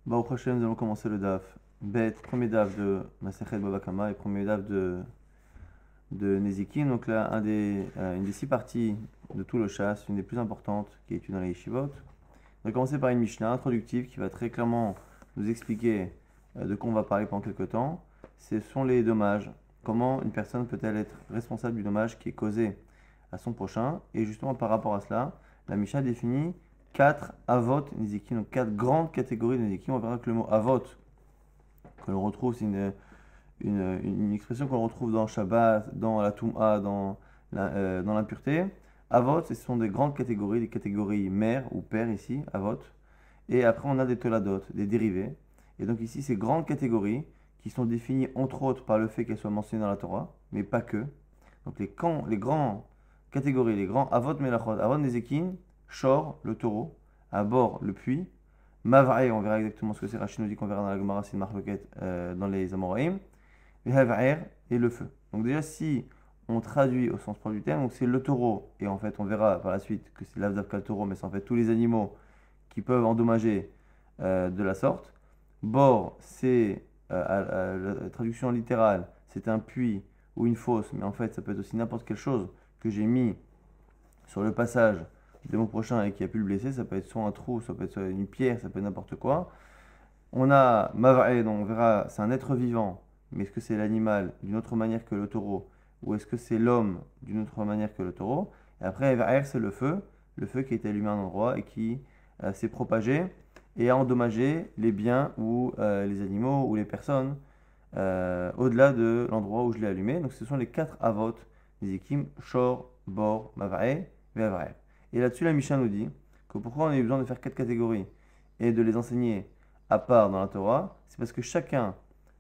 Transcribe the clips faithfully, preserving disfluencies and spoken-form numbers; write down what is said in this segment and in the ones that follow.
Bah, au prochain, nous allons commencer le daf. Bet, premier daf de Masechet Baba Kama et premier daf de, de Nezikin. Donc là, un des, euh, une des six parties de tout le chasse, une des plus importantes qui est étudiée dans les yeshivot. On va commencer par une Mishnah introductive qui va très clairement nous expliquer euh, de quoi on va parler pendant quelques temps. Ce sont les dommages. Comment une personne peut-elle être responsable du dommage qui est causé à son prochain. Et justement, par rapport à cela, la Mishnah définit quatre avot nezikim, donc quatre grandes catégories de nezikim. On verra que le mot avot, que l'on retrouve, c'est une, une, une expression qu'on retrouve dans Shabbat, dans la Toum'a, dans, la, euh, dans l'impureté. Avot, ce sont des grandes catégories, des catégories mère ou père ici, avot. Et après, on a des toladot, des dérivés. Et donc ici, ces grandes catégories qui sont définies entre autres par le fait qu'elles soient mentionnées dans la Torah, mais pas que. Donc les, camps, les grands catégories, les grands avot melachot, avot nezikin, Shor, le taureau, à bord, le puits, Mav'e, on verra exactement ce que c'est, Rachid nous dit qu'on verra dans la Gemara, c'est une marloquette euh, dans les Amoraïm, et Hav'er, et le feu. Donc déjà, si on traduit au sens propre du terme, donc c'est le taureau, et en fait on verra par la suite que c'est l'Avdavka le taureau, mais c'est en fait tous les animaux qui peuvent endommager euh, de la sorte. Bord, c'est, euh, à, à, la traduction littérale, c'est un puits ou une fosse, mais en fait ça peut être aussi n'importe quelle chose que j'ai mis sur le passage des mots prochains et qui a pu le blesser. Ça peut être soit un trou, ça peut être soit une pierre, ça peut être n'importe quoi. On a Mav'e, donc on verra, c'est un être vivant, mais est-ce que c'est l'animal d'une autre manière que le taureau, ou est-ce que c'est l'homme d'une autre manière que le taureau? Et après, Va'er, c'est le feu, le feu qui a été allumé à un endroit et qui euh, s'est propagé et a endommagé les biens ou euh, les animaux ou les personnes euh, au-delà de l'endroit où je l'ai allumé. Donc ce sont les quatre avot, les ékim, Shor, Bor, Mav'e, Ve'Av'er. Et là-dessus, la Mishnah nous dit que pourquoi on a eu besoin de faire quatre catégories et de les enseigner à part dans la Torah, c'est parce que chacun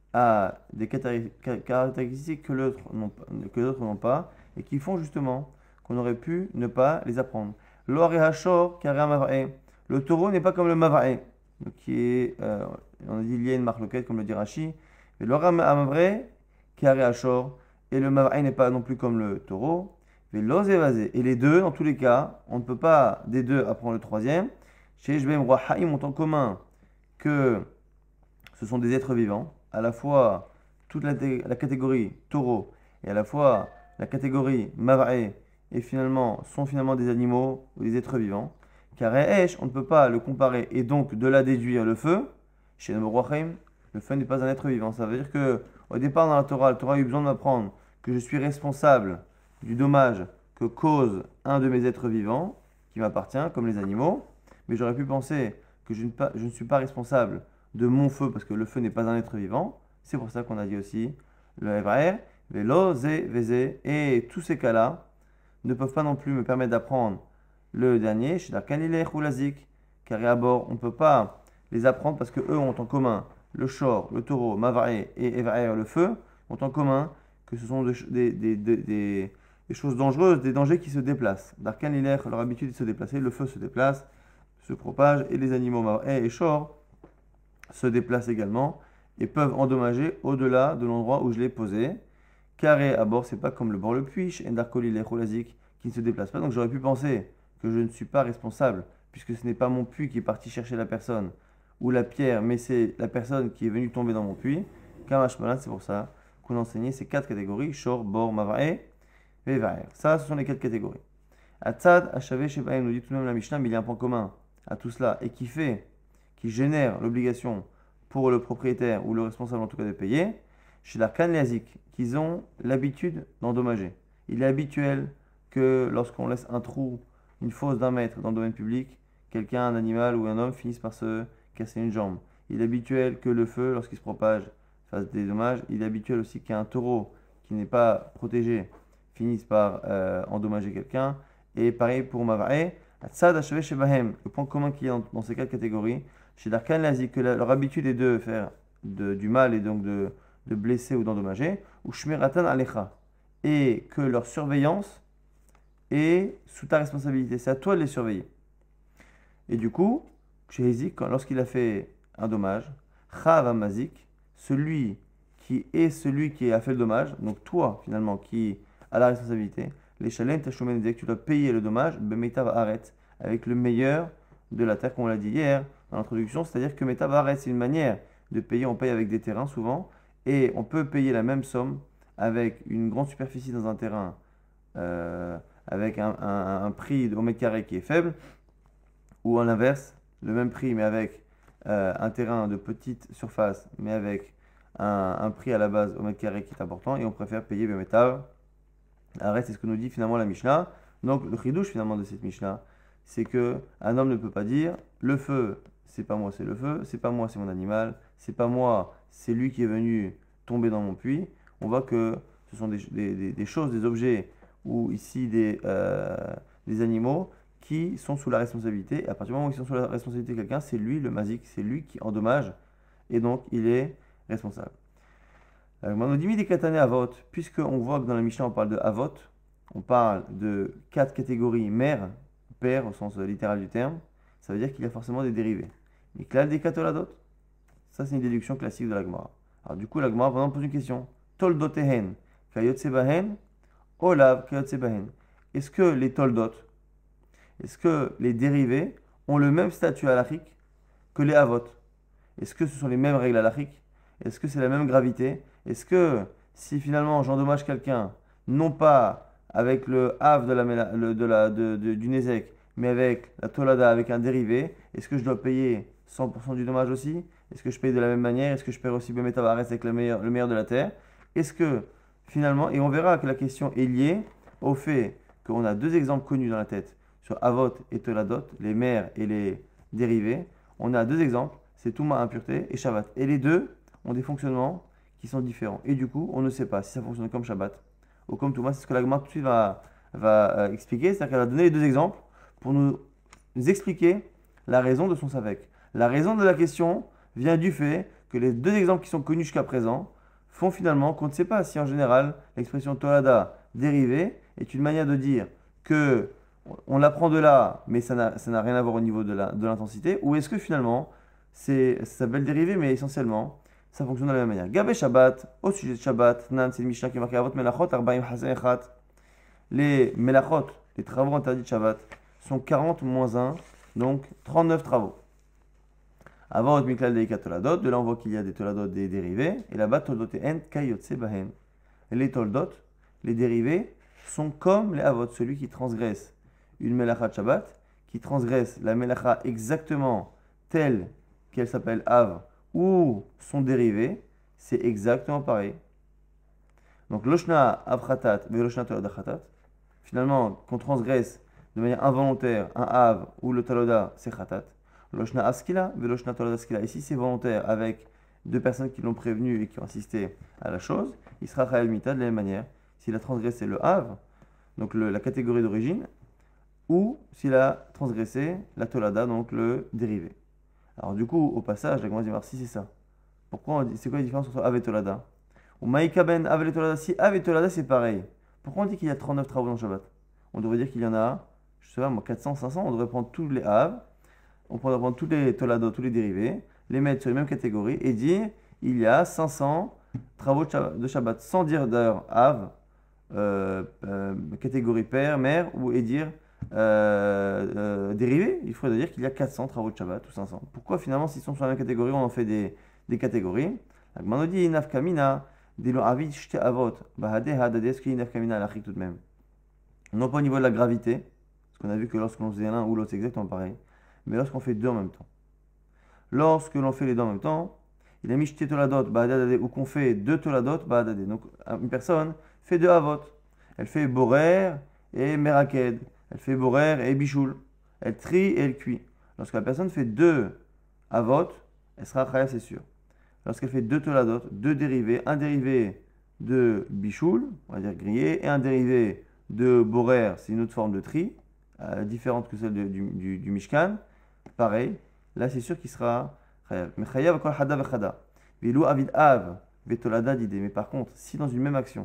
a des caractéristiques que l'autre n'ont pas et qui font justement qu'on aurait pu ne pas les apprendre. L'or et Hachor, carré Mav'e. Le taureau n'est pas comme le Mav'e, qui est, euh, on a dit, il y a une marloquette, comme le dit Rashi. Et l'or et Mav'e, carré Hachor, et le Mav'e n'est pas non plus comme le taureau. Et les deux, dans tous les cas, on ne peut pas des deux apprendre le troisième. Chez Eshbem Roi Haïm ont en commun que ce sont des êtres vivants, à la fois toute la, la catégorie taureau et à la fois la catégorie Mav'e et finalement sont finalement des animaux ou des êtres vivants. Car Esh, on ne peut pas le comparer et donc de là déduire le feu. Chez Roi Haïm, le feu n'est pas un être vivant. Ça veut dire que au départ dans la Torah, la Torah a eu besoin de m'apprendre que je suis responsable du dommage que cause un de mes êtres vivants, qui m'appartient, comme les animaux, mais j'aurais pu penser que je ne, pas, je ne suis pas responsable de mon feu, parce que le feu n'est pas un être vivant. C'est pour ça qu'on a dit aussi le Evraer, Velo, Zé, Vézé, et tous ces cas-là ne peuvent pas non plus me permettre d'apprendre le dernier, chez Darkanilech ou Lazik, car à bord, on ne peut pas les apprendre parce que eux ont en commun le Shor, le taureau, Mavrae et Evraer, le feu, ont en commun que ce sont des, des, des, des, des des choses dangereuses, des dangers qui se déplacent. Darkan et l'air, leur habitude est de se déplacer, le feu se déplace, se propage, et les animaux Mav'e et Shor se déplacent également et peuvent endommager au-delà de l'endroit où je l'ai posé. Carré à bord, c'est pas comme le bord le puits, Endarkoli Lecholazik, qui ne se déplace pas. Donc j'aurais pu penser que je ne suis pas responsable, puisque ce n'est pas mon puits qui est parti chercher la personne, ou la pierre, mais c'est la personne qui est venue tomber dans mon puits. Kamashmalan, c'est pour ça qu'on a enseigné ces quatre catégories, Shor, Bor, Mav'e, ça, ce sont les quatre catégories. Atzad, Hachavé, Shebaim, nous dit tout de même la Mishnah, mais il y a un point commun à tout cela et qui fait, qui génère l'obligation pour le propriétaire ou le responsable en tout cas de payer, chez la Kanleazik, qu'ils ont l'habitude d'endommager. Il est habituel que lorsqu'on laisse un trou, une fosse d'un mètre dans le domaine public, quelqu'un, un animal ou un homme finisse par se casser une jambe. Il est habituel que le feu, lorsqu'il se propage, fasse des dommages. Il est habituel aussi qu'un taureau qui n'est pas protégé finissent par euh, endommager quelqu'un. Et pareil pour Mav'e. Le point commun qu'il y a dans, dans ces quatre catégories, chez Darkan Lazi, que la, leur habitude est de faire de, du mal et donc de, de blesser ou d'endommager, ou Shmiratan Alecha, et que leur surveillance est sous ta responsabilité. C'est à toi de les surveiller. Et du coup, chez Hizik, lorsqu'il a fait un dommage, Chav Mazik, celui qui est celui qui a fait le dommage, donc toi finalement qui à la responsabilité, les chalem tachoumen disait que tu dois payer le dommage, bemetav aret, avec le meilleur de la terre, comme on l'a dit hier, dans l'introduction, c'est-à-dire que Metavaret, c'est une manière de payer, on paye avec des terrains souvent, et on peut payer la même somme avec une grande superficie dans un terrain, euh, avec un, un- un prix au mètre carré qui est faible, ou à l'inverse, le même prix mais avec euh, un terrain de petite surface, mais avec un, un prix à la base au mètre carré qui est important, et on préfère payer Bemetav. Arrête, c'est ce que nous dit finalement la Mishnah. Donc le chidouche finalement de cette Mishnah, c'est que un homme ne peut pas dire le feu, c'est pas moi, c'est le feu, c'est pas moi, c'est mon animal, c'est pas moi, c'est lui qui est venu tomber dans mon puits. On voit que ce sont des, des- des- des choses, des objets ou ici des, euh, des animaux qui sont sous la responsabilité. Et à partir du moment où ils sont sous la responsabilité de quelqu'un, c'est lui le mazik, c'est lui qui endommage et donc il est responsable. Euh, Manodimi des katane avot, puisqu'on voit que dans la Mishnah on parle de avot, on parle de quatre catégories mère, père au sens euh, littéral du terme, ça veut dire qu'il y a forcément des dérivés. Mais klal des katoladot, ça c'est une déduction classique de la Gemara. Alors du coup la Gemara par exemple, pose une question. Toldotehen, kayotsebahen, olav kayotsebahen. Est-ce que les toldot, est-ce que les dérivés ont le même statut halachique que les avot? Est-ce que ce sont les mêmes règles halachiques? Est-ce que c'est la même gravité? Est-ce que si finalement j'endommage quelqu'un, non pas avec le hav de la, méla- le- de la, de- de- du Nézek, mais avec la Tolada, avec un dérivé, est-ce que je dois payer cent pour cent du dommage aussi? Est-ce que je paye de la même manière? Est-ce que je paye aussi Bemetavares avec le meilleur, le meilleur de la terre? Est-ce que finalement, et on verra que la question est liée au fait qu'on a deux exemples connus dans la tête sur Avot et Toladot, les mères et les dérivés. On a deux exemples, c'est Touma, impureté, et Shabbat. Et les deux ont des fonctionnements qui sont différents. Et du coup, on ne sait pas si ça fonctionne comme Shabbat ou comme Touma. C'est ce que la Gemara tout de suite va, va euh, expliquer. C'est-à-dire qu'elle va donner les deux exemples pour nous, nous expliquer la raison de son savek. La raison de la question vient du fait que les deux exemples qui sont connus jusqu'à présent font finalement qu'on ne sait pas si en général l'expression Tolada dérivée est une manière de dire que on l'apprend de là, mais ça n'a ça n'a rien à voir au niveau de la- de l'intensité, ou est-ce que finalement c'est, ça s'appelle dérivé, mais essentiellement ça fonctionne de la même manière. Gabé Shabbat, au sujet de Shabbat, Nan, c'est le Mishnah qui est marqué Avot Melachot, Arbaim Hazen Echat. Les Melachot, les travaux interdits de Shabbat, sont quarante moins un, donc trente-neuf travaux. Avant Miklal Deika Toladot, de là on voit qu'il y a des Toladot, des dérivés, et là-bas Toldot et En Kayotse Bahen. Les Toldot, les dérivés, sont comme les Avot, celui qui transgresse une Melacha de Shabbat, qui transgresse la Melacha exactement telle qu'elle s'appelle Av, ou son dérivé, c'est exactement pareil. Donc Loshna Avchatat, mais Loshna Toloda Chatat, finalement, qu'on transgresse de manière involontaire un Av ou le Taloda, c'est Chatat. Loshna Askila, mais Loshna Toloda Askila. Ici, c'est volontaire avec deux personnes qui l'ont prévenu et qui ont assisté à la chose. Il sera Chayel Mita de la même manière. S'il a transgressé le Av, donc le- la catégorie d'origine, ou s'il a transgressé la Tolada, donc le dérivé. Alors du coup, au passage, la Gemara dit, si c'est ça. Pourquoi on dit, c'est quoi la différence entre Av et Tolada? Ou Maïka ben Av et Tolada, si Av et Tolada c'est pareil. Pourquoi on dit qu'il y a trente-neuf travaux dans le Shabbat? On devrait dire qu'il y en a, je sais pas moi, quatre cents, cinq cents, on devrait prendre tous les Av, on pourrait prendre tous les Tolada, tous les dérivés, les mettre sur les mêmes catégories et dire, il y a cinq cents travaux de Shabbat, de Shabbat, sans dire d'ailleurs Av, euh, euh, catégorie père, mère, ou et dire euh, euh, dérivé, il faudrait dire qu'il y a quatre cents travaux de Shabbat ou cinq cents. Pourquoi finalement, s'ils sont sur la même catégorie, on en fait des, des catégories? La Gemara nous dit nafkamina, dilo avid shte avot, bahade hadade, est-ce qu'il y a nafkamina à l'achik tout de même? Non pas au niveau de la gravité, parce qu'on a vu que lorsqu'on faisait l'un ou l'autre, c'est exactement pareil, mais lorsqu'on fait deux en même temps. Lorsque l'on fait les deux en même temps, il a mis shte toladot, bahadade, ou qu'on fait deux toladot, bahadade. Donc une personne fait deux avot. Elle fait borer et meraked. Elle fait borer et bichoul. Elle trie et elle cuit. Lorsque la personne fait deux avot, elle sera chaya, c'est sûr. Lorsqu'elle fait deux toladot, deux dérivés, un dérivé de bichoul, on va dire grillé, et un dérivé de borer, c'est une autre forme de tri, euh, différente que celle de- du, du, du mishkan, pareil, là c'est sûr qu'il sera chayav. Mais chayav kol hada vechada. Vilou avid av vetolada d'idée. Mais par contre, si dans une même action,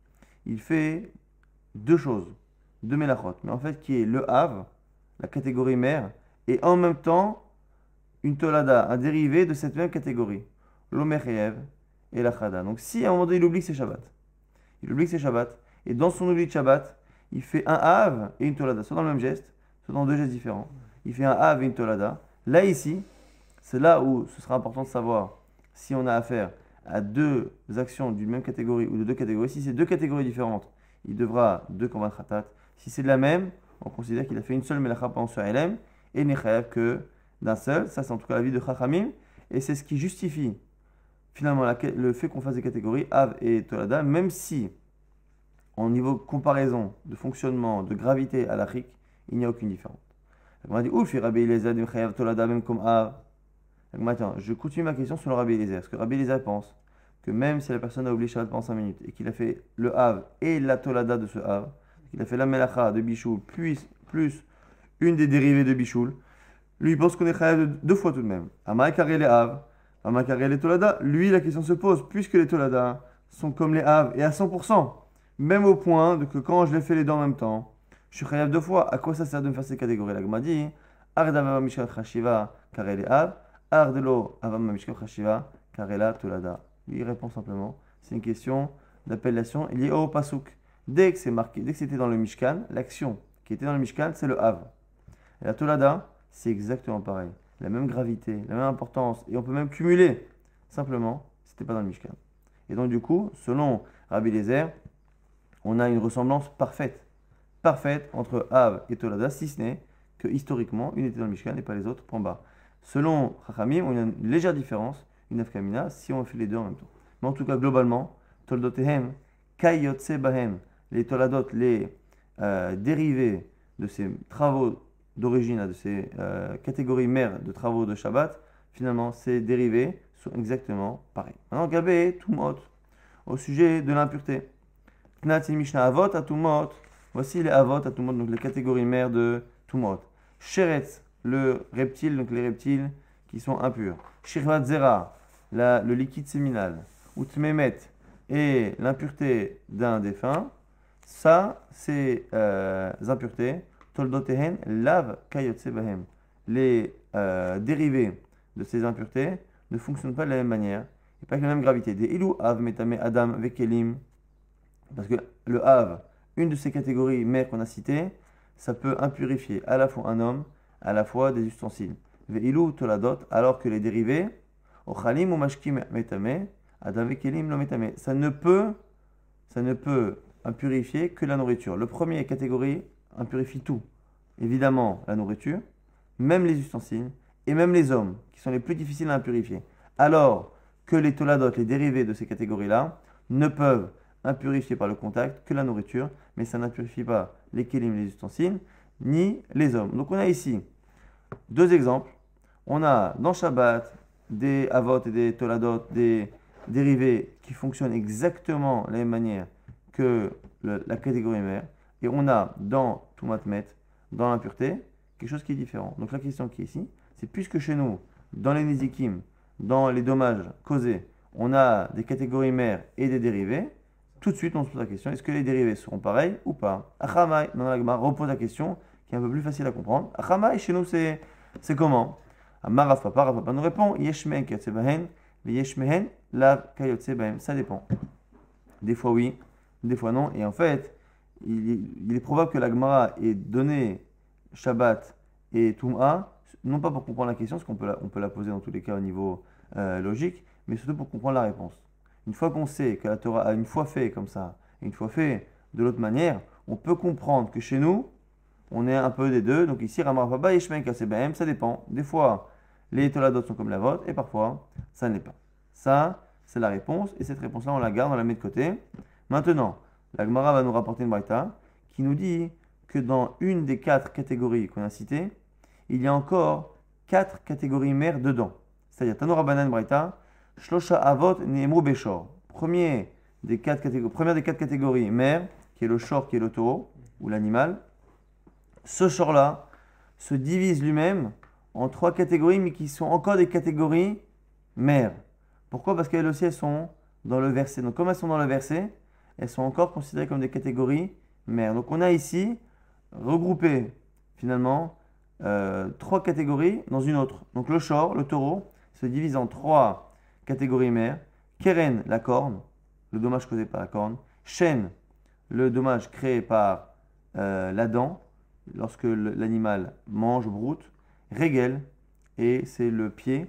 il fait deux choses, deux melachot, mais en fait qui est le Av, la catégorie mère, et en même temps une Tolada, un dérivé de cette même catégorie, l'Omecheyev et la Chada. Donc si à un moment donné il oublie que c'est Shabbat, il oublie que c'est Shabbat, et dans son oubli de Shabbat, il fait un Av et une Tolada, soit dans le même geste, soit dans deux gestes différents. Il fait un Av et une Tolada. Là ici, c'est là où ce sera important de savoir si on a affaire à deux actions d'une même catégorie ou de deux catégories. Si c'est deux catégories différentes, il devra deux korban khatat. Si c'est de la même, on considère qu'il a fait une seule melacha pendant ce L M et n'est chayav que d'un seul. Ça, c'est en tout cas l'avis de Chachamim. Et c'est ce qui justifie finalement la, le fait qu'on fasse des catégories Av et Tolada, même si, au niveau comparaison de fonctionnement, de gravité à l'achik, il n'y a aucune différence. On m'a dit, ouf, Rabbi Eliezer dit chayav Tolada même comme Av. Maintenant, je continue ma question sur le Rabbi Eliezer. Parce que Rabbi Eliezer pense que même si la personne a oublié Shabbat pendant cinq minutes et qu'il a fait le Av et la Tolada de ce Av, qu'il a fait la Melacha de Bichoul plus, plus une des dérivées de Bichoul, lui il pense qu'on est chayav deux fois tout de même. Amai Karé les Av, Amai Karé les Tolada, lui la question se pose, puisque les Tolada sont comme les Av et à cent pour cent, même au point de que quand je les fais les deux en même temps, je suis chayav deux fois. À quoi ça sert de me faire ces catégories? La Gemara dit Ardava Mishkat Chashiva Karé les Av, Ardelo Avam Mishkat Chashiva Karé la Tolada. Lui il répond simplement, c'est une question d'appellation liée au Pasuk. Dès que c'est marqué, dès que c'était dans le Mishkan, l'action qui était dans le Mishkan, c'est le Av. Et la Tolada, c'est exactement pareil. La même gravité, la même importance, et on peut même cumuler. Simplement, c'était pas dans le Mishkan. Et donc du coup, selon Rabbi Eliezer, on a une ressemblance parfaite. Parfaite entre Av et Tolada, si ce n'est que historiquement, une était dans le Mishkan et pas les autres, point barre. Selon Chachamim, on a une légère différence, une Afkamina, si on fait les deux en même temps. Mais en tout cas, globalement, Toldotehem, Kayotse Bahem, les Toladot, les euh, dérivés de ces travaux d'origine, de ces euh, catégories mères de travaux de Shabbat, finalement, ces dérivés sont exactement pareils. Maintenant, Gabé, Tumot, au sujet de l'impureté. Knatil Mishnah Avot à Tumot, voici les Avot à Tumot, donc les catégories mères de Tumot. Sheretz, le reptile, donc les reptiles qui sont impurs. Shirvat Zera, la, le liquide séminal. Utmemet, et l'impureté d'un défunt. Ça, ces euh, impuretés, Toldotehen, lave kayotse bahem. Les euh, dérivés de ces impuretés ne fonctionnent pas de la même manière et pas avec la même gravité. Des ilou av metame adam vekelim. Parce que le av, une de ces catégories mères qu'on a citées, ça peut impurifier à la fois un homme, à la fois des ustensiles. Ve ilou toladot, alors que les dérivés, ochalim ou mashkim metame, adam vekelim lo metame. Ça ne peut, ça ne peut impurifier que la nourriture. Le premier catégorie impurifie tout. Évidemment, la nourriture, même les ustensiles, et même les hommes, qui sont les plus difficiles à impurifier. Alors que les toladot, les dérivés de ces catégories-là, ne peuvent impurifier par le contact que la nourriture, mais ça n'impurifie pas les kélim, les ustensiles, ni les hommes. Donc on a ici deux exemples. On a dans Shabbat des avot et des toladot, des dérivés qui fonctionnent exactement de la même manière que le, la catégorie mère. Et on a dans Toumatmet, dans l'impureté, quelque chose qui est différent. Donc la question qui est ici, c'est puisque chez nous, dans les Nézikim, dans les dommages causés, on a des catégories mères et des dérivés, tout de suite on se pose la question, est-ce que les dérivés seront pareils ou pas? Achamai, maintenant la Gemara repose la question, qui est un peu plus facile à comprendre. Achamai, chez nous, c'est, c'est comment? Amar Rav Papa, Rav Papa nous répond, Yeshmehen kayotse bahen, Yeshmehen lav kayotse bahem. Ça dépend. Des fois oui, des fois non. Et en fait, il est, il est probable que la Gemara ait donné Shabbat et Tum'a, non pas pour comprendre la question, parce qu'on peut la, on peut la poser dans tous les cas au niveau euh, logique, mais surtout pour comprendre la réponse. Une fois qu'on sait que la Torah a une fois fait comme ça, et une fois fait de l'autre manière, on peut comprendre que chez nous, on est un peu des deux. Donc ici, Ramar Papa et Shmek Kasebem, ça dépend. Des fois, les Toladot sont comme la vôtre, et parfois, ça ne l'est pas. Ça, c'est la réponse, et cette réponse-là, on la garde, on la met de côté. Maintenant, la Gemara va nous rapporter une braïta qui nous dit que dans une des quatre catégories qu'on a citées, il y a encore quatre catégories mères dedans. C'est-à-dire, Tanora Banan braïta, Shlosha Avot Nehemru Beshor. Premier des quatre catégories, première des quatre catégories mères, qui est le shor, qui est le taureau, ou l'animal. Ce shor-là se divise lui-même en trois catégories, mais qui sont encore des catégories mères. Pourquoi? Parce qu'elles aussi, elles sont dans le verset. Donc, comme elles sont dans le verset, elles sont encore considérées comme des catégories mères. Donc, on a ici regroupé, finalement, euh, trois catégories dans une autre. Donc, le shor, le taureau, se divise en trois catégories mères. Keren, la corne, le dommage causé par la corne. Shen, le dommage créé par euh, la dent, lorsque l'animal mange ou broute. Regel, et c'est le pied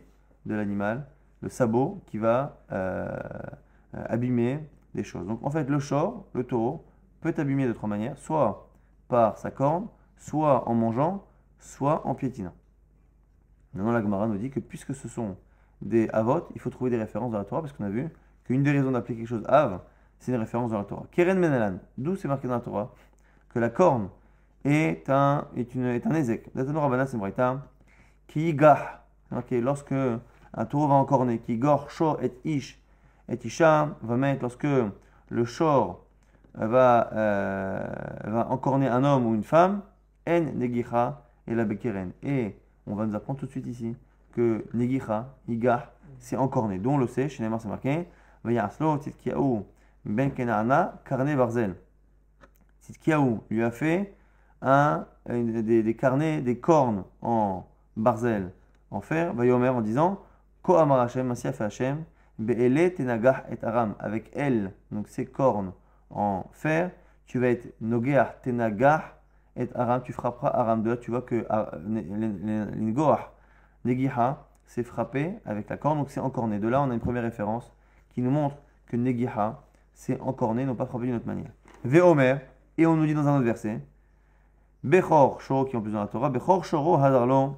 de l'animal, le sabot qui va euh, euh, abîmer des choses. Donc en fait, le shor, le taureau, peut abîmer de trois manières, soit par sa corne, soit en mangeant, soit en piétinant. Maintenant, la Gemara nous dit que puisque ce sont des avot, il faut trouver des références dans la Torah, parce qu'on a vu qu'une des raisons d'appeler quelque chose av, c'est une référence dans la Torah. Keren menalan, d'où c'est marqué dans la Torah que la corne est un, est une, est un ézek. Datano Rabbanan, c'est braïta, qui gah, okay, lorsque un taureau va encorner, qui gor shor et ish et isha, va mettre lorsque le shor va, euh, va encorner un homme ou une femme, en negicha et la bekeren. Et on va nous apprendre tout de suite ici que negicha, igah, c'est encorné. Dont on le sait, chez Neymar c'est marqué, vayaslo tzidkiaou ben kenana carnet barzel. Tzidkiaou lui a fait un, une, des, des carnets, des cornes en barzel, en fer, vayomer en disant, ko amar Hashem, ainsi a fait Hashem, be'ele tenagah et aram, avec elle, donc ces cornes en fer, tu vas être nogeah tenagah et aram, tu frapperas aram. De là, tu vois que l'ingoah, negiha, c'est frappé avec la corne, donc c'est encorné. De là, on a une première référence qui nous montre que negiha, c'est encorné, non pas frappé d'une autre manière. Ve'omer, et on nous dit dans un autre verset, Bechor Shoro, qui est en plus dans la Torah, Bechor Shoro Hadarlo,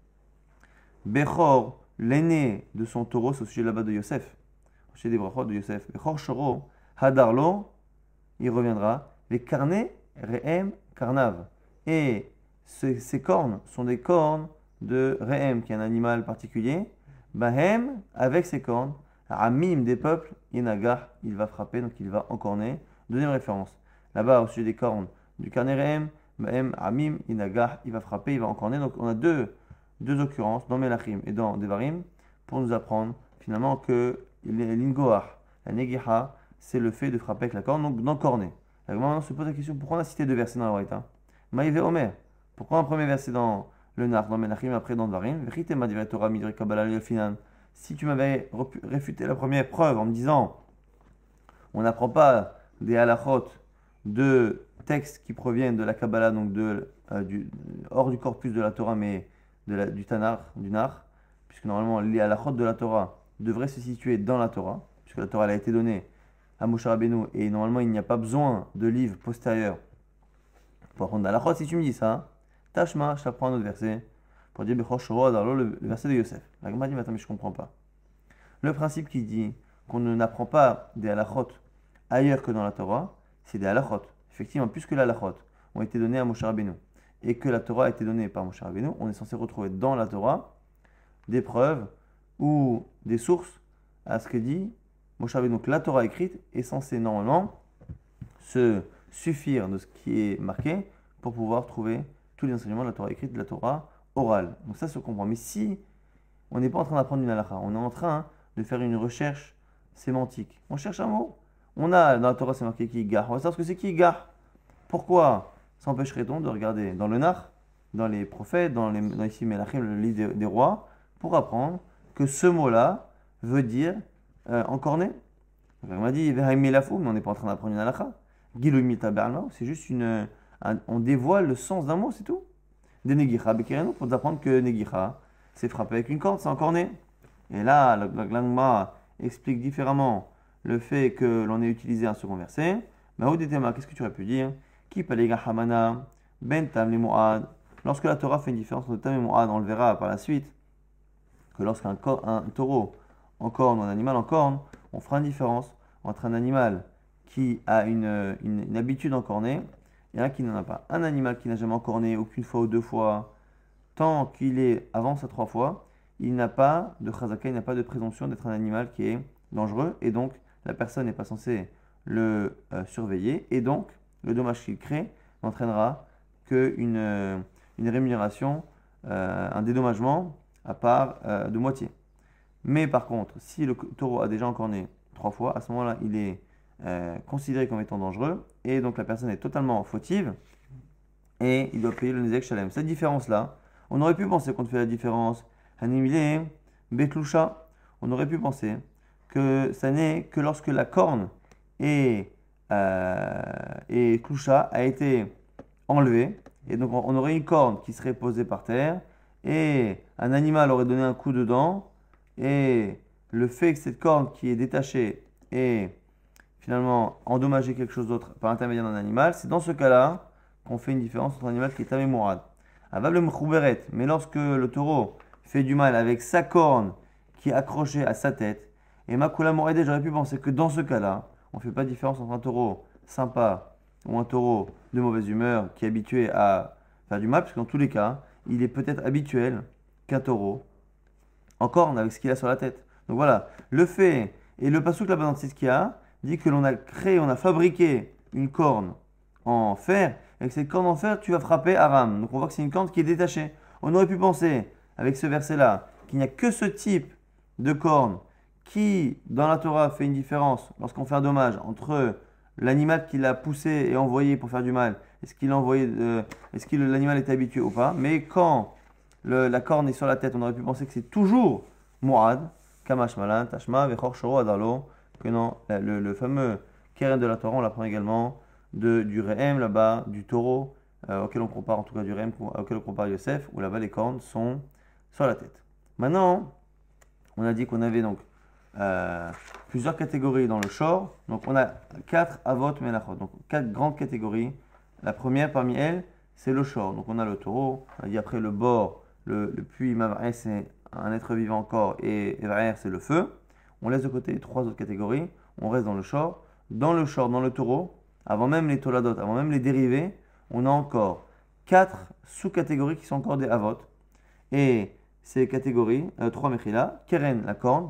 Bechor, l'aîné de son taureau, c'est au sujet là-bas de Yosef, au sujet des brachot de Yosef. Bechor Shoro Hadarlo, il reviendra, les carnets Rehem Karnav. Et ces, ces cornes sont des cornes de Rehem, qui est un animal particulier. Bahem, avec ses cornes, Amim des peuples, Yenagar, il va frapper, donc il va encorner. Deuxième référence, là-bas au sujet des cornes du carnet Rehem, Bahem, Amim, Yenagar, il va frapper, il va encorner. Donc on a deux, deux occurrences dans Melachim et dans Devarim pour nous apprendre finalement que l'ingoah, la negiha, c'est le fait de frapper avec la corne, donc d'encorner. Maintenant on se pose la question, pourquoi on a cité deux versets dans la Braïta? Maïve Omer, pourquoi un premier verset dans le Nar, dans Melachim, après dans Devarim? Vérité, ma dirait Torah, Midri Kabbalah, Finan. Si tu m'avais réfuté la première preuve en me disant on n'apprend pas des halachot de textes qui proviennent de la Kabbalah, donc de, euh, du, hors du corpus de la Torah, mais de la, du Tanar, du Nar, puisque normalement les halachot de la Torah devraient se situer dans la Torah, puisque la Torah elle a été donnée à Moshe Rabbeinu, et normalement il n'y a pas besoin de livres postérieurs pour apprendre halachot. Si tu me dis ça, Tashma, je t'apprends un autre verset, pour dire Bechor Shoro Hadarlo, le verset de Yosef. La Gemara dit, mais attends, mais je ne comprends pas. Le principe qui dit qu'on n'apprend pas des halachot ailleurs que dans la Torah, c'est des halachot. Effectivement, puisque les halachot ont été donnés à Moshe Rabbeinu et que la Torah a été donnée par Moshe Rabbeinu, on est censé retrouver dans la Torah des preuves ou des sources à ce que dit Moshe Rabbeinu. Donc la Torah écrite est censée normalement se suffire de ce qui est marqué pour pouvoir trouver tous les enseignements de la Torah écrite, de la Torah orale. Donc ça se comprend. Mais si on n'est pas en train d'apprendre une halakha, on est en train de faire une recherche sémantique. On cherche un mot. On a dans la Torah c'est marqué ki gar. On va savoir ce que c'est ki gar. Pourquoi s'empêcherait-on de regarder dans le Nar, dans les prophètes, dans, les, dans ici Melachim, le livre des, des rois, pour apprendre que ce mot-là veut dire euh, encorné. On m'a dit mais on n'est pas en train d'apprendre une halakha. C'est juste une, un, on dévoile le sens d'un mot, c'est tout. Des negicha bekirenu, pour nous apprendre que negicha, c'est frapper avec une corde, c'est encorné. Et là, la Glangma explique différemment le fait que l'on ait utilisé un second verset. Maoudetema, qu'est-ce que tu aurais pu dire? Ki palega hamana, ben tam le moad. Lorsque la Torah fait une différence entre tam et moad, on le verra par la suite, que lorsqu'un un taureau en corne ou un animal en corne, on fera une différence entre un animal qui a une, une, une habitude encornée et un qui n'en a pas. Un animal qui n'a jamais encorné aucune fois ou deux fois, tant qu'il est avance à trois fois, il n'a pas de chazaka, il n'a pas de présomption d'être un animal qui est dangereux, et donc la personne n'est pas censée le euh, surveiller, et donc le dommage qu'il crée n'entraînera qu'une euh, une rémunération, euh, un dédommagement à part euh, de moitié. Mais par contre, si le taureau a déjà encorné trois fois, à ce moment-là, il est euh, considéré comme étant dangereux, et donc la personne est totalement fautive, et il doit payer le Nezek Shalem. Cette différence-là, on aurait pu penser qu'on fait la différence Hanimile, Betloucha. On aurait pu penser que ça n'est que lorsque la corne et, euh, et Kloucha a été enlevée, et donc on aurait une corne qui serait posée par terre, et un animal aurait donné un coup dedans, et le fait que cette corne qui est détachée ait finalement endommagé quelque chose d'autre par l'intermédiaire d'un animal, c'est dans ce cas-là qu'on fait une différence entre un animal qui est tamé mourad. Avab le mchouberet, mais lorsque le taureau fait du mal avec sa corne qui est accrochée à sa tête, et makula mourad, j'aurais pu penser que dans ce cas-là, on ne fait pas de différence entre un taureau sympa ou un taureau de mauvaise humeur qui est habitué à faire du mal, parce que dans tous les cas, il est peut-être habituel qu'un taureau en corne avec ce qu'il a sur la tête. Donc voilà, le fait, et le passouk là-bas dans Tzidkia dit que l'on a créé, on a fabriqué une corne en fer, et avec cette corne en fer, tu vas frapper Aram. Donc on voit que c'est une corne qui est détachée. On aurait pu penser, avec ce verset-là, qu'il n'y a que ce type de corne qui, dans la Torah, fait une différence lorsqu'on fait un dommage entre l'animal qui l'a poussé et envoyé pour faire du mal, est-ce qu'il a envoyé, euh, est-ce que l'animal est habitué ou pas. Mais quand le, la corne est sur la tête, on aurait pu penser que c'est toujours Mourad, Kamash Malan, Tashma, Vechor Shoro Adalo, que non, le, le fameux keren de la Torah, on l'apprend également de, du Rehem là-bas, du taureau, euh, auquel on compare, en tout cas du Rehem, auquel on compare Yosef, où là-bas les cornes sont sur la tête. Maintenant, on a dit qu'on avait donc euh, plusieurs catégories dans le shor. Donc on a quatre avot melachot, donc quatre grandes catégories. La première parmi elles, c'est le shor. Donc on a le taureau, on a dit après le bord, le, le puits, Mav'er, c'est un être vivant encore, et Evaer, c'est le feu. On laisse de côté les trois autres catégories, on reste dans le shor. Dans le shor, dans le taureau, avant même les toladot, avant même les dérivés, on a encore quatre sous-catégories qui sont encore des avot. Et ces catégories, euh, trois mechila, keren, la corne,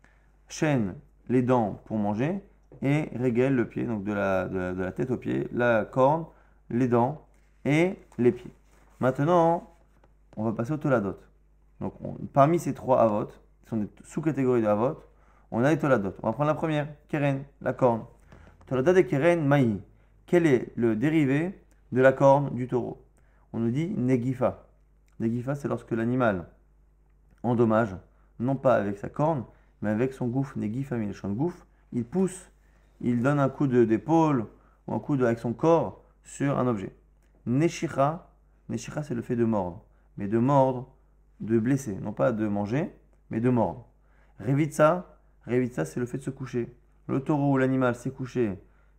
shen, les dents pour manger, et regel, le pied, donc de la, de, la, de la tête aux pieds, la corne, les dents et les pieds. Maintenant, on va passer au toladot. Donc, on, parmi ces trois avot, qui sont des sous-catégories de avot, on a les toladot. On va prendre la première, keren, la corne. Toladat et keren, maï. Quel est le dérivé de la corne du taureau? On nous dit negifa. Negifa, c'est lorsque l'animal endommage, non pas avec sa corne, mais avec son gouffre. Negifa, milchon gouffre, il pousse, il donne un coup de, d'épaule ou un coup de, avec son corps sur un objet. Neshira, neshira, c'est le fait de mordre, mais de mordre, de blesser, non pas de manger, mais de mordre. Revitsa, revitsa, c'est le fait de se coucher. Le taureau ou l'animal s'est couché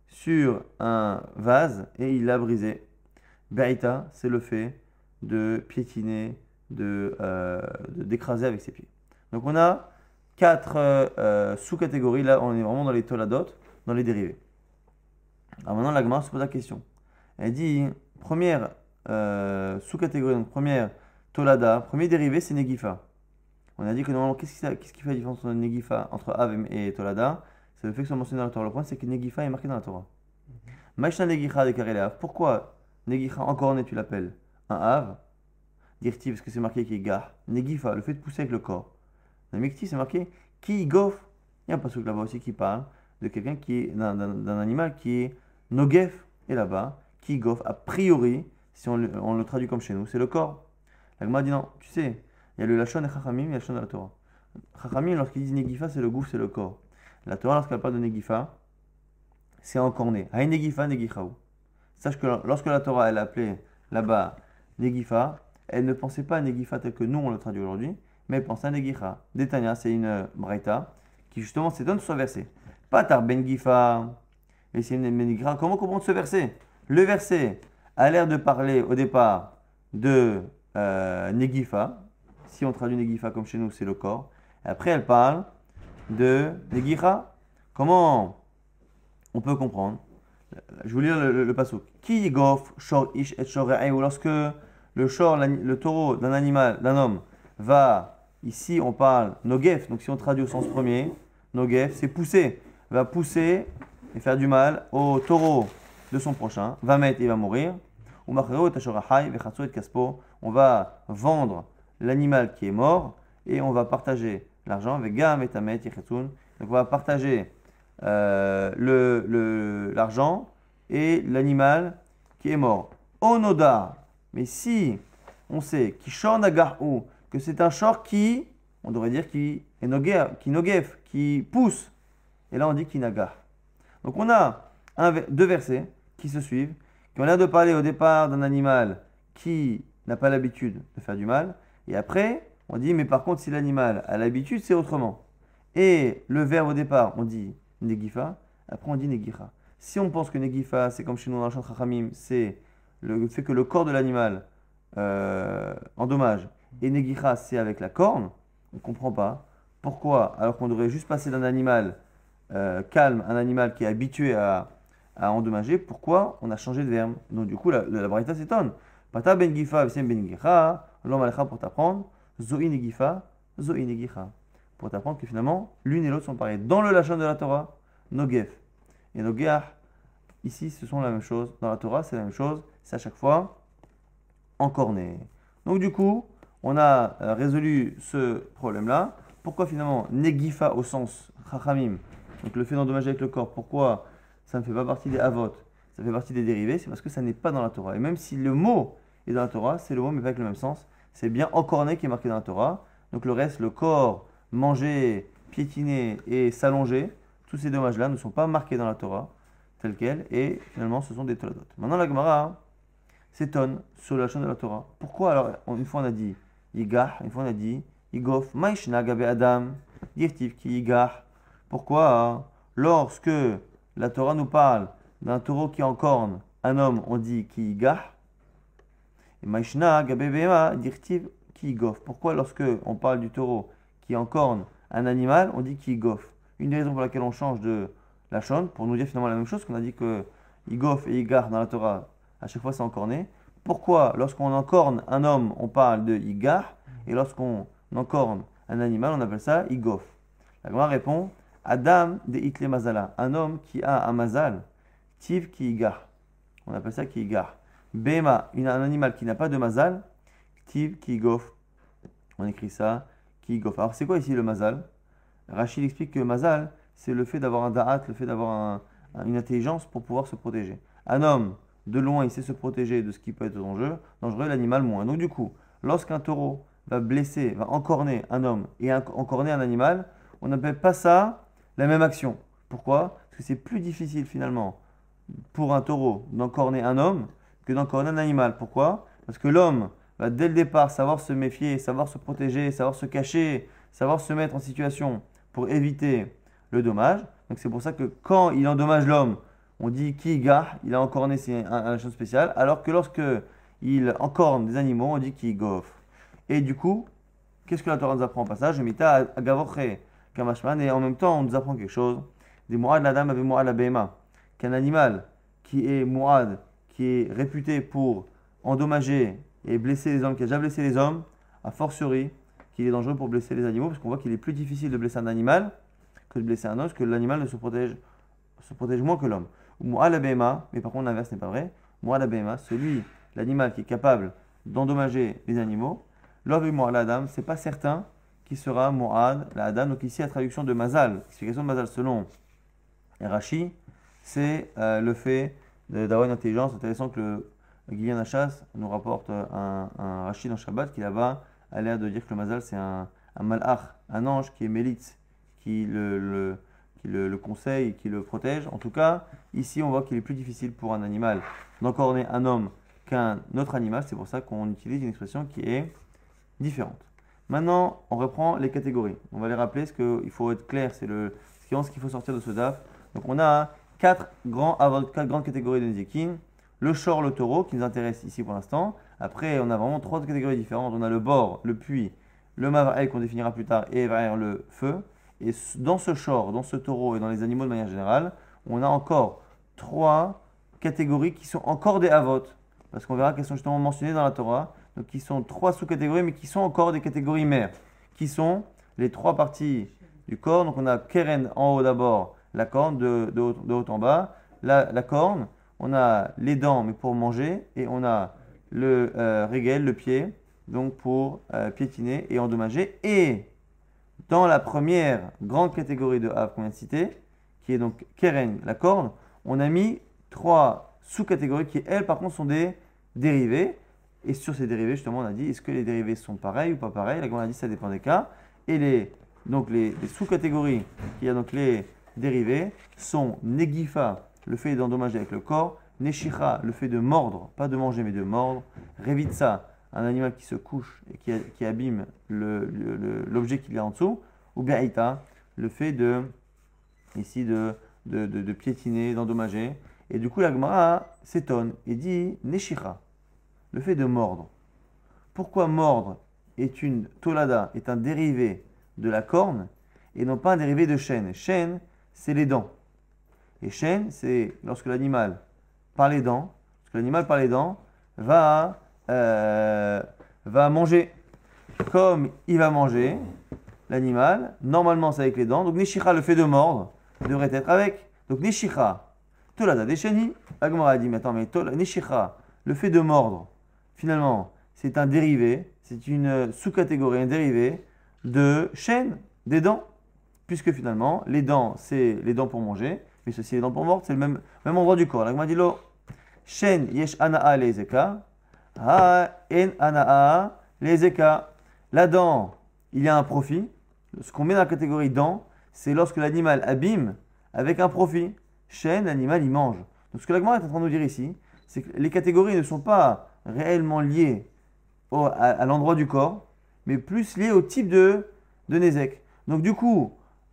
sur un vase et il l'a brisé. Be'ita, c'est le fait de piétiner, de, euh, de- d'écraser avec ses pieds. Donc on a quatre euh, euh, sous-catégories. Là, on est vraiment dans les toladot, dans les dérivés. Alors maintenant, la Gemara se pose la question. Elle dit, première euh, sous-catégorie, donc première tolada, premier dérivé, c'est negifa. On a dit que normalement, qu'est-ce qui, ça- qu'est-ce qui fait la différence entre negifa, entre av et et tolada? C'est le fait que ce soit mentionné dans la Torah. Le point, c'est que negifa est marqué dans la Torah. Maïshna negicha de kareleav. Pourquoi negicha encore né, tu l'appelles un av? Dirti, parce que c'est marqué qui est gah. Negifa, le fait de pousser avec le corps. Dans le Mikti, c'est marqué qui gof. Il y a un passage là-bas aussi qui parle de quelqu'un qui est, d'un, d'un- d'un animal qui est nogef. Et là-bas, qui gof, a priori, si on le, on le traduit comme chez nous, c'est le corps. La Gemara dit non, tu sais, il y a le lachon et chachamim, il y a le lachon de la Torah. Chachamim, lorsqu'ils disent negifa, c'est le gouffre, c'est le corps. La Torah, lorsqu'elle parle de negifa, c'est encorné. Hay negifa, negichaou. Sache que lorsque la Torah, elle appelait là-bas negifa, elle ne pensait pas à negifa tel que nous, on le traduit aujourd'hui, mais elle pensait à negicha. Détania, c'est une euh, braïta qui justement s'étonne sur ce verset. Pas tar ben gifa, et c'est une negicha. Comment comprendre ce verset? Le verset a l'air de parler au départ de euh, negifa. Si on traduit negifa comme chez nous, c'est le corps. Et après, elle parle de negicha. Comment on peut comprendre? Je vous lis le, le, le passouk. Ki gof shor ish et shor ou lorsque le shor, le taureau d'un animal, d'un homme, va, ici on parle nogef, donc si on traduit au sens premier, nogef, c'est pousser, va pousser et faire du mal au taureau de son prochain, va mettre et va mourir. Ou machero et ashor ahai vechatso et kaspo, on va vendre l'animal qui est mort et on va partager l'argent avec gam et tamet yechetsun. Donc on va partager euh, le, le, l'argent et l'animal qui est mort. Onoda, mais si on sait qui shor nagarou, que c'est un shor qui, on devrait dire qui est nogef, qui nogef, qui pousse. Et là on dit qui nagar. Donc on a un, deux versets qui se suivent, qui ont l'air de parler au départ d'un animal qui n'a pas l'habitude de faire du mal, et après On dit, mais par contre, si l'animal a l'habitude, c'est autrement. Et le verbe au départ, on dit negifa, après on dit negicha. Si on pense que negifa, c'est comme chez nous dans le chant Chachamim, c'est le fait que le corps de l'animal euh, endommage, et negicha, c'est avec la corne, on ne comprend pas. Pourquoi, alors qu'on devrait juste passer d'un animal euh, calme, un animal qui est habitué à, à endommager, pourquoi on a changé de verbe? Donc du coup, la, la, la braïta s'étonne. Pata ben gifa, v'sem ben gicha, l'homme alecha pour t'apprendre, zo'i negifa, zo'i negicha. Pour t'apprendre que finalement, l'une et l'autre sont pareilles. Dans le lachon de la Torah, nogef et nogeach, ici, ce sont la même chose. Dans la Torah, c'est la même chose. C'est à chaque fois encorné. Donc du coup, on a euh, résolu ce problème-là. Pourquoi finalement negifa au sens chachamim, donc le fait d'endommager avec le corps, pourquoi ça ne fait pas partie des avot, ça fait partie des dérivés, c'est parce que ça n'est pas dans la Torah. Et même si le mot est dans la Torah, c'est le mot mais pas avec le même sens. C'est bien encorné qui est marqué dans la Torah. Donc le reste, le corps, manger, piétiner et s'allonger, tous ces dommages-là ne sont pas marqués dans la Torah, tels quels, et finalement ce sont des toladot. Maintenant la Gemara s'étonne sur la chaîne de la Torah. Pourquoi alors, une fois on a dit Yigah, une fois on a dit Yigof, Maishna Gabe Adam, Dirtiv ki Yigah. Pourquoi lorsque la Torah nous parle d'un taureau qui encorne un homme, on dit ki Yigah, et Maishna Gabe Bema, Dirtiv ki Yigof. Pourquoi lorsque on parle du taureau qui encorne un animal, on dit ki Yigof? Une des raisons pour laquelle on change de la chaîne, pour nous dire finalement la même chose, qu'on a dit que Yigof et Yigar dans la Torah, à chaque fois c'est encorné. Pourquoi lorsqu'on encorne un homme, on parle de Yigar, et lorsqu'on encorne un animal, on appelle ça Yigof? La Gemara répond Adam de Hitle Mazala, un homme qui a un mazal, Tiv ki Yigar. On appelle ça ki Yigar. Bema, un animal qui n'a pas de mazal, Tiv ki Yigof. On écrit ça ki Yigof. Alors c'est quoi ici le mazal? Rachid explique que mazal, c'est le fait d'avoir un da'at, le fait d'avoir un, un, une intelligence pour pouvoir se protéger. Un homme, de loin, il sait se protéger de ce qui peut être dangereux, dangereux l'animal moins. Donc du coup, lorsqu'un taureau va blesser, va encorner un homme et un, encorner un animal, on n'appelle pas ça la même action. Pourquoi? Parce que c'est plus difficile finalement pour un taureau d'encorner un homme que d'encorner un animal. Pourquoi? Parce que l'homme va dès le départ savoir se méfier, savoir se protéger, savoir se cacher, savoir se mettre en situation pour éviter le dommage. Donc c'est pour ça que quand il endommage l'homme, on dit ki Yigah, il a encorné, c'est un, un chose spéciale, alors que lorsque il encorne des animaux, on dit ki Yigof. Et du coup, qu'est-ce que la Torah nous apprend au passage? Mita agavoche kamashman, et en même temps, on nous apprend quelque chose. Des mourad la dame avec mourad la behema, qu'un animal qui est mourad, qui est réputé pour endommager et blesser les hommes, qui a déjà blessé les hommes, a fortiori qu'il est dangereux pour blesser les animaux, parce qu'on voit qu'il est plus difficile de blesser un animal que de blesser un homme, parce que l'animal ne se protège, se protège moins que l'homme. Mourad la behema, mais par contre l'inverse n'est pas vrai. Mourad la behema, celui, l'animal qui est capable d'endommager les animaux, l'homme et Mourad la dame, c'est pas certain qu'il sera Mourad la dame. Donc ici la traduction de Mazal, l'explication de Mazal selon Rashi, c'est euh, le fait d'avoir une intelligence. Intéressant que le Guillaume Nachas nous rapporte un, un Rashi dans Shabbat qui là-bas a l'air de dire que le Mazal c'est un, un malach, un ange qui est mélite, qui le, le, qui le, le conseille, qui le protège. En tout cas, ici on voit qu'il est plus difficile pour un animal d'encorner un homme qu'un autre animal. C'est pour ça qu'on utilise une expression qui est différente. Maintenant, on reprend les catégories. On va les rappeler, ce qu'il faut être clair, c'est le, ce qu'il faut sortir de ce daf. Donc on a quatre, grands, quatre grandes catégories de Nezikin. Le shor, le taureau, qui nous intéresse ici pour l'instant. Après, on a vraiment trois catégories différentes. On a le bord, le puits, le mavarel qu'on définira plus tard, et vers le feu. Et dans ce shor, dans ce taureau et dans les animaux de manière générale, on a encore trois catégories qui sont encore des avot. Parce qu'on verra qu'elles sont justement mentionnées dans la Torah. Donc qui sont trois sous-catégories, mais qui sont encore des catégories mères. Qui sont les trois parties du corps. Donc on a keren en haut d'abord, la corne de, de, haut, de haut en bas. La, la corne, on a les dents, mais pour manger. Et on a le euh, régel, le pied, donc pour euh, piétiner et endommager. Et dans la première grande catégorie de Av qu'on vient de citer, qui est donc keren, la corne, on a mis trois sous-catégories qui, elles, par contre, sont des dérivés. Et sur ces dérivés, justement, on a dit, est-ce que les dérivés sont pareils ou pas pareils? Là, on a dit, ça dépend des cas. Et les, donc les, les sous-catégories, qui a donc les dérivés, sont negifa, le fait d'endommager avec le corps, neshicha, le fait de mordre, pas de manger, mais de mordre, revitsa, un animal qui se couche et qui, qui abîme le- le- le- l'objet qu'il y a en dessous, ou bien Aïta, le fait de, ici, de, de, de- de piétiner, d'endommager. Et du coup, la Gemara s'étonne et dit Neshira, le fait de mordre. Pourquoi mordre est une tolada, est un dérivé de la corne et non pas un dérivé de chêne? Chêne, c'est les dents. Et chêne, c'est lorsque l'animal, par les dents, lorsque l'animal par les dents, va, euh, va manger. Comme il va manger, l'animal, normalement c'est avec les dents. Donc Neshira, le fait de mordre, devrait être avec. Donc Neshira, tolada desheni. Agmara a dit, mais attends, mais Neshira, le fait de mordre, finalement, c'est un dérivé, c'est une sous-catégorie, un dérivé de chêne, des dents. Puisque finalement, les dents, c'est les dents pour manger, mais ceci, les dents pour mordre, c'est le même, même endroit du corps. L'agma dit lo, chêne yesh anaa lezeka, ha en anaa lezeka. La dent, il y a un profit. Ce qu'on met dans la catégorie dent, c'est lorsque l'animal abîme avec un profit. Chêne, l'animal, il mange. Donc ce que l'agma est en train de nous dire ici, c'est que les catégories ne sont pas réellement liées au, à, à l'endroit du corps, mais plus liées au type de, de nézek. Donc du coup,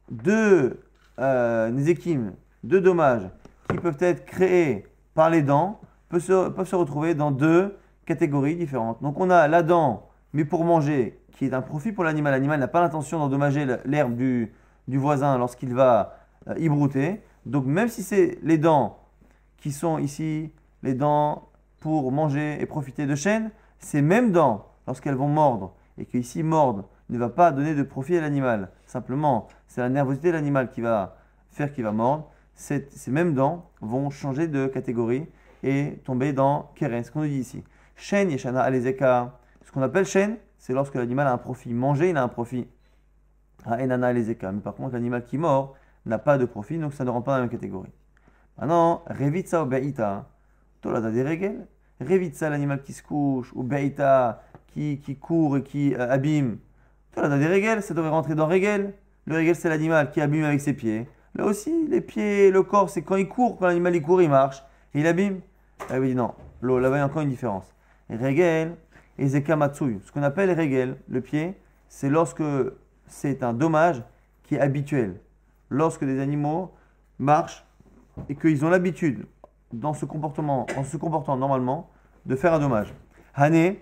deux euh, nézékim, deux dommages qui peuvent être créés par les dents peuvent se, peuvent se retrouver dans deux catégories différentes. Donc on a la dent, mais pour manger, qui est un profit pour l'animal. L'animal n'a pas l'intention d'endommager l'herbe du, du voisin lorsqu'il va euh, y brouter. Donc même si c'est les dents qui sont ici, les dents pour manger et profiter de chêne, ces mêmes dents, lorsqu'elles vont mordre, et que ici mordre ne va pas donner de profit à l'animal. Simplement, c'est la nervosité de l'animal qui va faire qu'il va mordre. Cette, ces mêmes dents vont changer de catégorie et tomber dans keren, ce qu'on nous dit ici. Chêne, yeshana alezeka. Ce qu'on appelle chêne, c'est lorsque l'animal a un profit. Manger, il a un profit. Ah, enana alezeka. Mais par contre, l'animal qui mord n'a pas de profit, donc ça ne rentre pas dans la même catégorie. Maintenant, revitsa ou be'ita, tolada des règles. Revitsa, l'animal qui se couche, ou be'ita, qui, qui court et qui euh, abîme. Tolada des règles, ça devrait rentrer dans règles. Le règle, c'est l'animal qui abîme avec ses pieds. Là aussi, les pieds, le corps, c'est quand il court, quand l'animal il court, il marche, et il abîme. Là, il dit non, là-bas, il y a encore une différence. Règle et zekamatsuy. Ce qu'on appelle règle, le pied, c'est lorsque c'est un dommage qui est habituel. Lorsque des animaux marchent et qu'ils ont l'habitude, dans ce comportement, en se comportant normalement, de faire un dommage. Hane,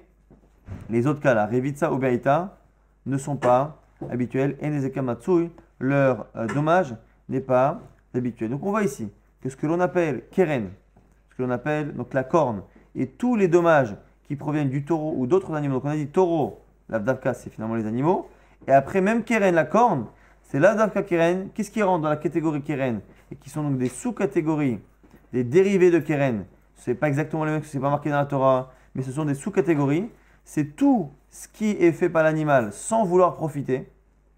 les autres cas là, Revitsa ou Beita, ne sont pas habituels. Et les Ekamatsui, leur euh, dommage n'est pas habituel. Donc on voit ici que ce que l'on appelle Keren, ce que l'on appelle donc la corne, et tous les dommages qui proviennent du taureau ou d'autres animaux. Donc on a dit taureau, l'Avdavka, c'est finalement les animaux. Et après, même Keren, la corne, c'est l'Avdavka Keren. Qu'est-ce qui rentre dans la catégorie Keren et qui sont donc des sous-catégories, des dérivés de Keren. Ce n'est pas exactement les mêmes, ce n'est pas marqué dans la Torah, mais ce sont des sous-catégories. C'est tout ce qui est fait par l'animal sans vouloir profiter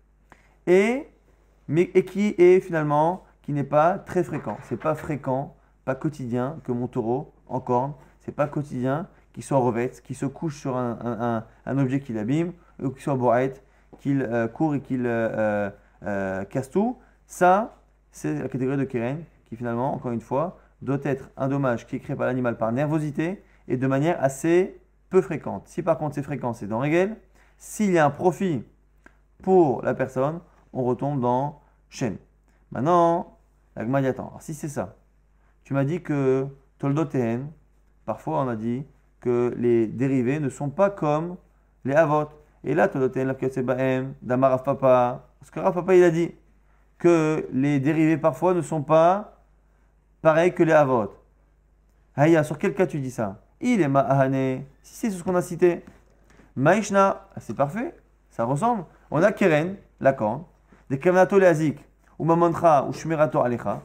et, mais, et qui est finalement, qui n'est pas très fréquent. Ce n'est pas fréquent, pas quotidien que mon taureau en corne, ce n'est pas quotidien qu'il soit en revête, qu'il se couche sur un, un, un, un objet qui l'abîme, ou qu'il soit bourrette, qu'il euh, court et qu'il euh, euh, casse tout. Ça, c'est la catégorie de Keren qui finalement, encore une fois, doit être un dommage qui est créé par l'animal par nervosité et de manière assez peu fréquente. Si par contre c'est fréquent, c'est dans Régel. S'il y a un profit pour la personne, on retombe dans Chêne. Maintenant, la Gemara dit attends, alors si c'est ça, tu m'as dit que Toldotéen, parfois on a dit que les dérivés ne sont pas comme les Avot. Et là, Toldotéen, la Kiyotsebaem, Damar Rav Papa, parce que Rav Papa il a dit que les dérivés parfois ne sont pas pareils que les Avot. Aïe, sur quel cas tu dis ça? Il est Ma'ahane, si c'est ce qu'on a cité. Maïshna, c'est parfait, ça ressemble. On a Keren, la corne, des Kavanato Leazik, ou Mamantra, ou Shumerato Alecha.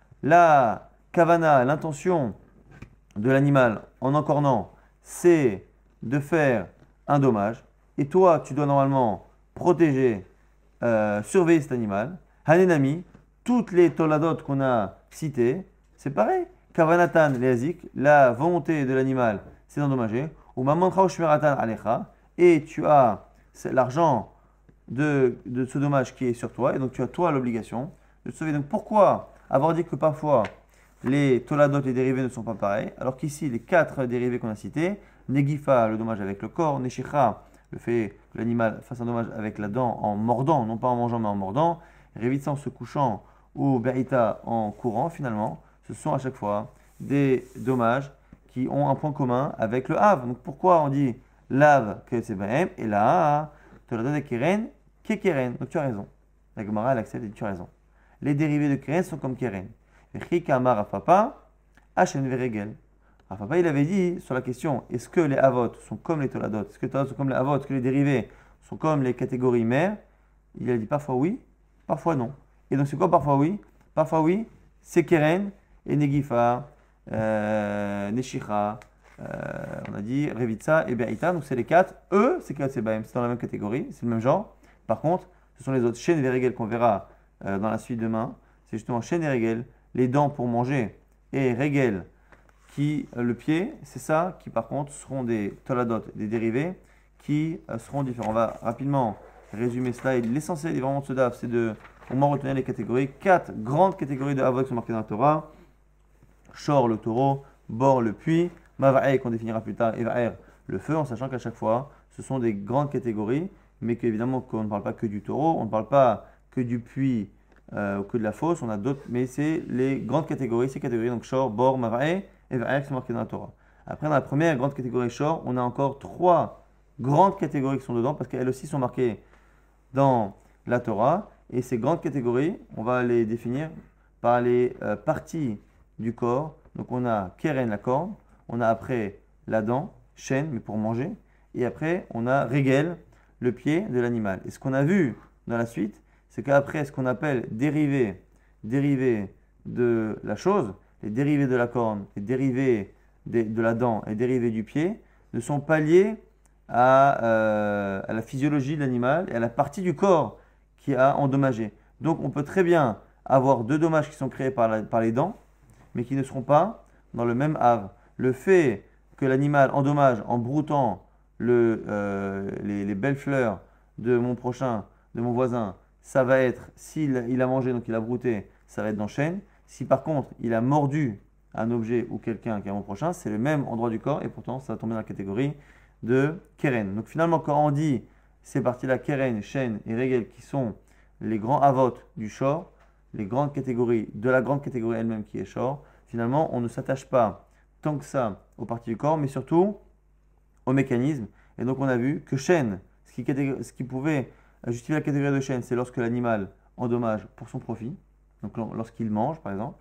La Kavana, l'intention de l'animal en encornant, c'est de faire un dommage. Et toi, tu dois normalement protéger, euh, surveiller cet animal. Hanenami, toutes les toladot qu'on a citées, c'est pareil. Kavanatan leazik, la volonté de l'animal, c'est d'endommager. Ou mamantra ou shmeratan alecha, et tu as l'argent de, de ce dommage qui est sur toi, et donc tu as toi l'obligation de te sauver. Donc pourquoi avoir dit que parfois les toladot, les dérivés ne sont pas pareils, alors qu'ici les quatre dérivés qu'on a cités, Negifa, le dommage avec le corps. Neshicha, le fait que l'animal fasse un dommage avec la dent en mordant, non pas en mangeant mais en mordant. Revitsa en se couchant ou Berita en courant finalement. Ce sont à chaque fois des dommages qui ont un point commun avec le Hav. Donc pourquoi on dit Lav Keotsebahem et là, Tolada de Keren, Kekeren. Donc tu as raison. La Gemara elle accepte et dit tu as raison. Les dérivés de Keren sont comme Keren. Chikama Rafapa, Hachem Veregel. Rafapa il avait dit sur la question est-ce que les Havot sont comme les Toladot? Est-ce que les Toladot sont comme les Havot? Est-ce que les dérivés sont comme les catégories mères? Il a dit parfois oui, parfois non. Et donc c'est quoi parfois oui? Parfois oui, c'est Keren et Negifa, euh, Neshicha, euh, on a dit Revitsa et Berita. Donc c'est les quatre. Eux, c'est Keotsebahem, c'est dans la même catégorie, c'est le même genre. Par contre, ce sont les autres Shen et Veregel qu'on verra euh, dans la suite demain. C'est justement Shen et Regel, les dents pour manger, et Regel, qui, euh, le pied, c'est ça qui par contre seront des Toladot, des dérivés, qui euh, seront différents. On va rapidement résumer cela. Et l'essentiel vraiment de ce D A F, c'est de au moins retenir les catégories. Quatre grandes catégories de Havot qui sont marquées dans la Torah. Shor, le taureau, Bor, le puits, Mava'e, qu'on définira plus tard, et Va'er, le feu, en sachant qu'à chaque fois, ce sont des grandes catégories, mais qu'évidemment, qu'on ne parle pas que du taureau, on ne parle pas que du puits euh, ou que de la fosse, on a d'autres, mais c'est les grandes catégories, ces catégories, donc Shor, Bor, Mava'e et Va'er qui sont marquées dans la Torah. Après, dans la première grande catégorie Shor, on a encore trois grandes catégories qui sont dedans, parce qu'elles aussi sont marquées dans la Torah, et ces grandes catégories, on va les définir par les euh, parties du corps. Donc on a Keren, la corne, on a après la dent, chaîne, mais pour manger, et après on a Regel, le pied de l'animal. Et ce qu'on a vu dans la suite, c'est qu'après ce qu'on appelle dérivés, dérivés de la chose, les dérivés de la corne, les dérivés de, de la dent et dérivés du pied, ne sont pas liés à, euh, à la physiologie de l'animal et à la partie du corps qui a endommagé. Donc on peut très bien avoir deux dommages qui sont créés par, la, par les dents, mais qui ne seront pas dans le même havre. Le fait que l'animal endommage en broutant le, euh, les, les belles fleurs de mon prochain, de mon voisin, ça va être, s'il il a mangé, donc il a brouté, ça va être dans chaîne. Si par contre il a mordu un objet ou quelqu'un qui est mon prochain, c'est le même endroit du corps et pourtant ça va tomber dans la catégorie de Keren. Donc finalement quand on dit ces parties-là, Keren, chaîne et Regel, qui sont les grands avot du Shor, les grandes catégories de la grande catégorie elle-même qui est Shor, finalement on ne s'attache pas tant que ça aux parties du corps, mais surtout au mécanisme. Et donc on a vu que chaîne, ce qui, ce qui pouvait justifier la catégorie de chaîne, c'est lorsque l'animal endommage pour son profit, donc lorsqu'il mange par exemple.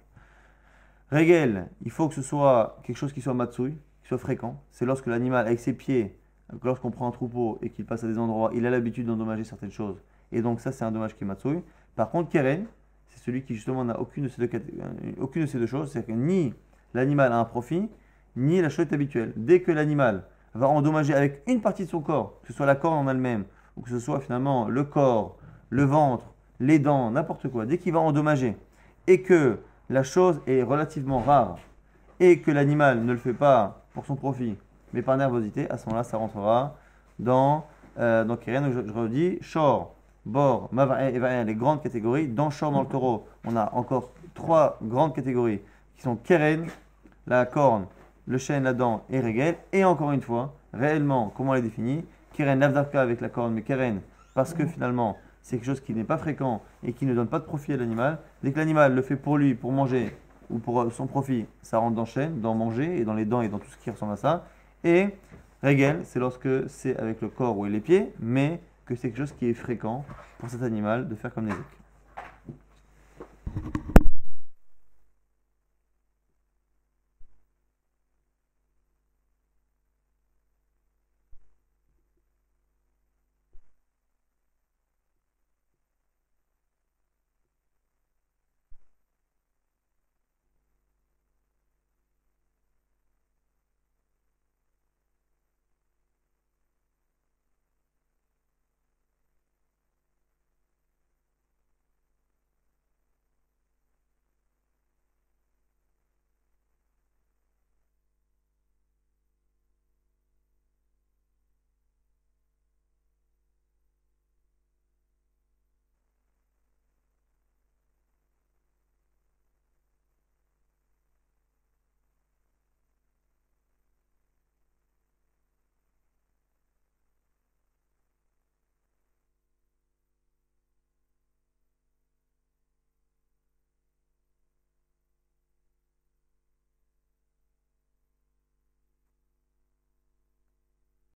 Regel, il faut que ce soit quelque chose qui soit matsui, qui soit fréquent. C'est lorsque l'animal avec ses pieds, lorsqu'on prend un troupeau et qu'il passe à des endroits, il a l'habitude d'endommager certaines choses. Et donc ça c'est un dommage qui est matsui. Par contre Keren, c'est celui qui justement n'a aucune de ces deux, aucune de ces deux choses, c'est-à-dire que ni l'animal a un profit, ni la chose est habituelle. Dès que l'animal va endommager avec une partie de son corps, que ce soit la corne en elle-même, ou que ce soit finalement le corps, le ventre, les dents, n'importe quoi, dès qu'il va endommager, et que la chose est relativement rare, et que l'animal ne le fait pas pour son profit, mais par nervosité, à ce moment-là, ça rentrera dans, euh, dans Keren, je, je redis, Shor, Bor, Mava'e et Va'e, les grandes catégories. Dans Shor, dans le taureau, on a encore trois grandes catégories qui sont Keren, la corne, le chêne, la dent et Regel. Et encore une fois, réellement, comment on les définit? Keren, l'avdavka avec la corne, mais Keren, parce que finalement, c'est quelque chose qui n'est pas fréquent et qui ne donne pas de profit à l'animal. Dès que l'animal le fait pour lui, pour manger ou pour son profit, ça rentre dans chêne, dans manger et dans les dents et dans tout ce qui ressemble à ça. Et Regel, c'est lorsque c'est avec le corps ou les pieds, mais que c'est quelque chose qui est fréquent pour cet animal de faire comme Nézik.